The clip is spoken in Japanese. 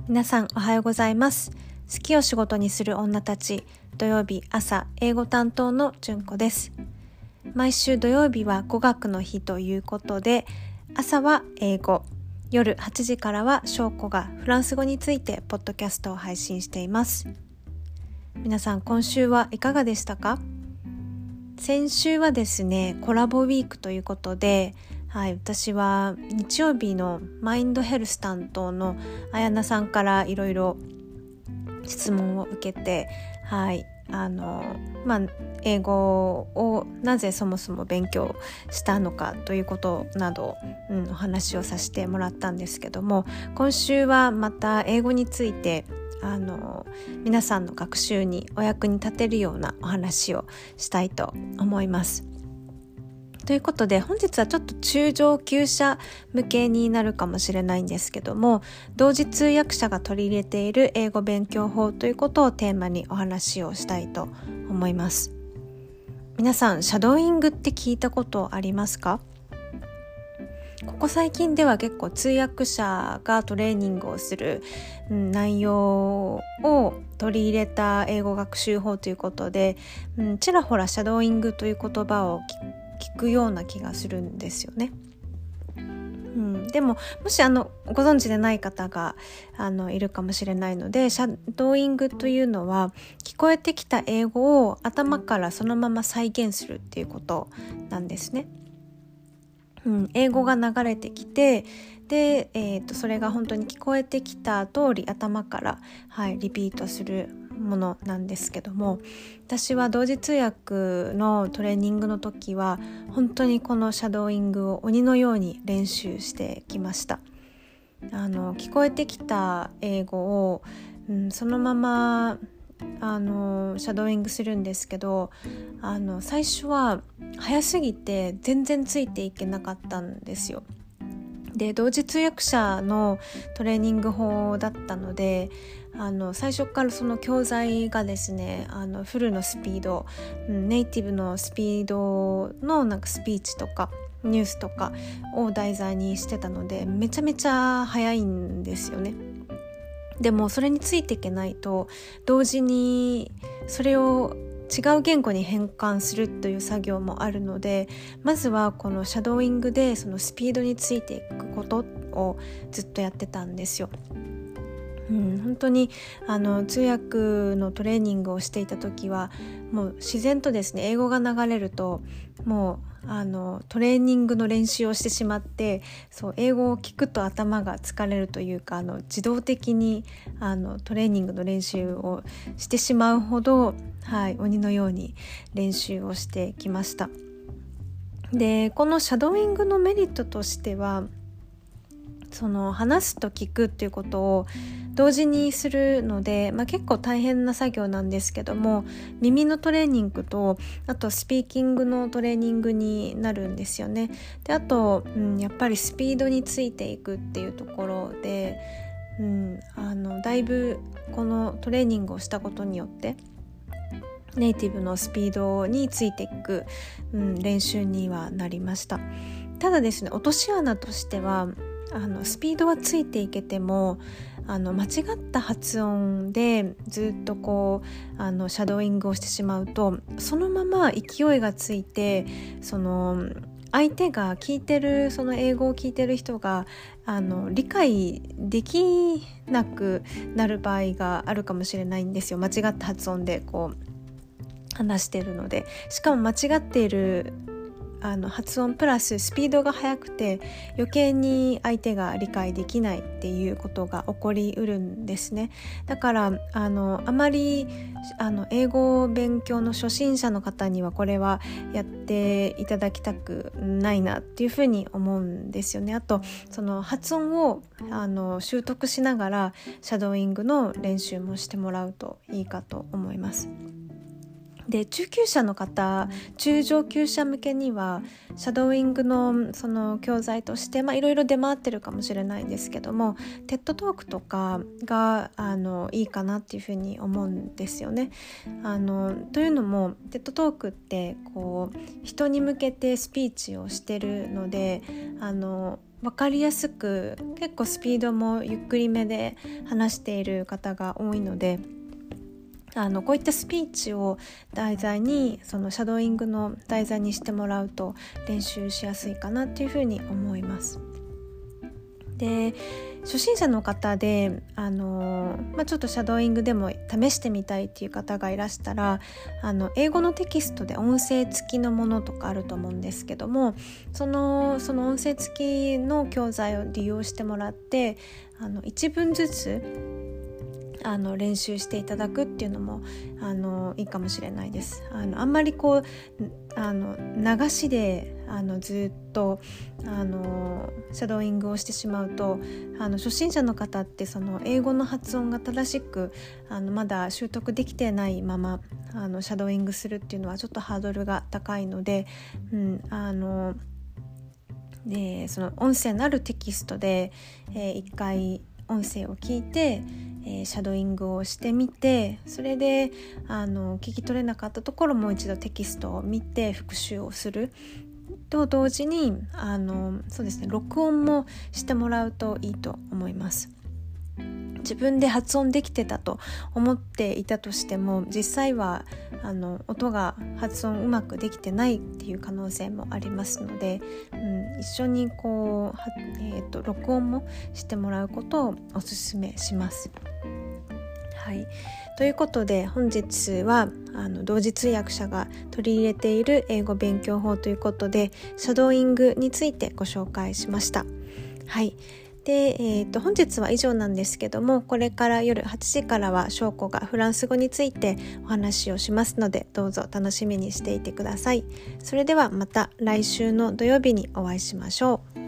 皆さんおはようございます。好きを仕事にする女たち、土曜日朝英語担当のじゅんこです。毎週土曜日は語学の日ということで、朝は英語、夜8時からはしょうこがフランス語についてポッドキャストを配信しています。皆さん今週はいかがでしたか？先週はですね、コラボウィークということで、私は日曜日のマインドヘルス担当のあやなさんからいろいろ質問を受けて、英語をなぜそもそも勉強したのかということなど、お話をさせてもらったんですけども、今週はまた英語について皆さんの学習にお役に立てるようなお話をしたいと思います。ということで本日はちょっと中上級者向けになるかもしれないんですけども、同時通訳者が取り入れている英語勉強法ということをテーマにお話をしたいと思います。皆さんシャドーイングって聞いたことありますか？ここ最近では結構通訳者がトレーニングをする内容を取り入れた英語学習法ということで、ちらほらシャドーイングという言葉を聞くような気がするんですよね。でももしご存知でない方がいるかもしれないので、シャドーイングというのは聞こえてきた英語を頭からそのまま再現するっていうことなんですね。英語が流れてきて、で、それが本当に聞こえてきた通り頭から、リピートするものなんですけども、私は同時通訳のトレーニングの時は本当にこのシャドーイングを鬼のように練習してきました。聞こえてきた英語を、そのままシャドーイングするんですけど、最初は早すぎて全然ついていけなかったんですよ。で、同時通訳者のトレーニング法だったので、最初からその教材がですね、フルのスピード、ネイティブのスピードのスピーチとかニュースとかを題材にしてたので、めちゃめちゃ早いんですよね。でもそれについていけないと、同時にそれを違う言語に変換するという作業もあるので、まずはこのシャドーイングでそのスピードについていくことをずっとやってたんですよ。本当に通訳のトレーニングをしていた時はもう自然とですね、英語が流れるともうトレーニングの練習をしてしまって、英語を聞くと頭が疲れるというか、自動的にトレーニングの練習をしてしまうほど、鬼のように練習をしてきました。で、このシャドーイングのメリットとしては、その話すと聞くっていうことを同時にするので、結構大変な作業なんですけども、耳のトレーニングとあとスピーキングのトレーニングになるんですよね。で、あと、やっぱりスピードについていくっていうところで、だいぶこのトレーニングをしたことによってネイティブのスピードについていく、練習にはなりました。ただですね、落とし穴としてはスピードはついていけても間違った発音でずっとシャドーイングをしてしまうと、そのまま勢いがついて、その相手が聞いてる、その英語を聞いてる人が理解できなくなる場合があるかもしれないんですよ。間違った発音で話してるので、しかも間違っている発音プラススピードが速くて余計に相手が理解できないっていうことが起こりうるんですね。だからあまり英語勉強の初心者の方にはこれはやっていただきたくないなっていうふうに思うんですよね。あとその発音を習得しながらシャドーイングの練習もしてもらうといいかと思います。で、中級者の方、中上級者向けにはシャドーイングのその教材としていろいろ出回ってるかもしれないんですけども、テッドトークとかがいいかなっていうふうに思うんですよね。というのもテッドトークって人に向けてスピーチをしてるので、 分かりやすく、結構スピードもゆっくりめで話している方が多いので、こういったスピーチを題材に、そのシャドーイングの題材にしてもらうと練習しやすいかなっていうふうに思います。で、初心者の方で、ちょっとシャドーイングでも試してみたいっていう方がいらしたら、英語のテキストで音声付きのものとかあると思うんですけども、その音声付きの教材を利用してもらって、1文ずつ練習していただくっていうのもいいかもしれないです。あんまりこう流しでずっとシャドーイングをしてしまうと、初心者の方ってその英語の発音が正しくまだ習得できてないままシャドーイングするっていうのはちょっとハードルが高いので、でその音声のあるテキストで、一回音声を聞いて、シャドーイングをしてみて、それで聞き取れなかったところもう一度テキストを見て復習をすると同時にそうですね、録音もしてもらうといいと思います。自分で発音できてたと思っていたとしても、実際は音が発音うまくできてないっていう可能性もありますので、一緒にこう、録音もしてもらうことをおすすめします。はい、ということで本日は同時通訳者が取り入れている英語勉強法ということで、シャドーイングについてご紹介しました。はい。で、本日は以上なんですけども、これから夜8時からは翔子がフランス語についてお話をしますので、どうぞ楽しみにしていてください。それではまた来週の土曜日にお会いしましょう。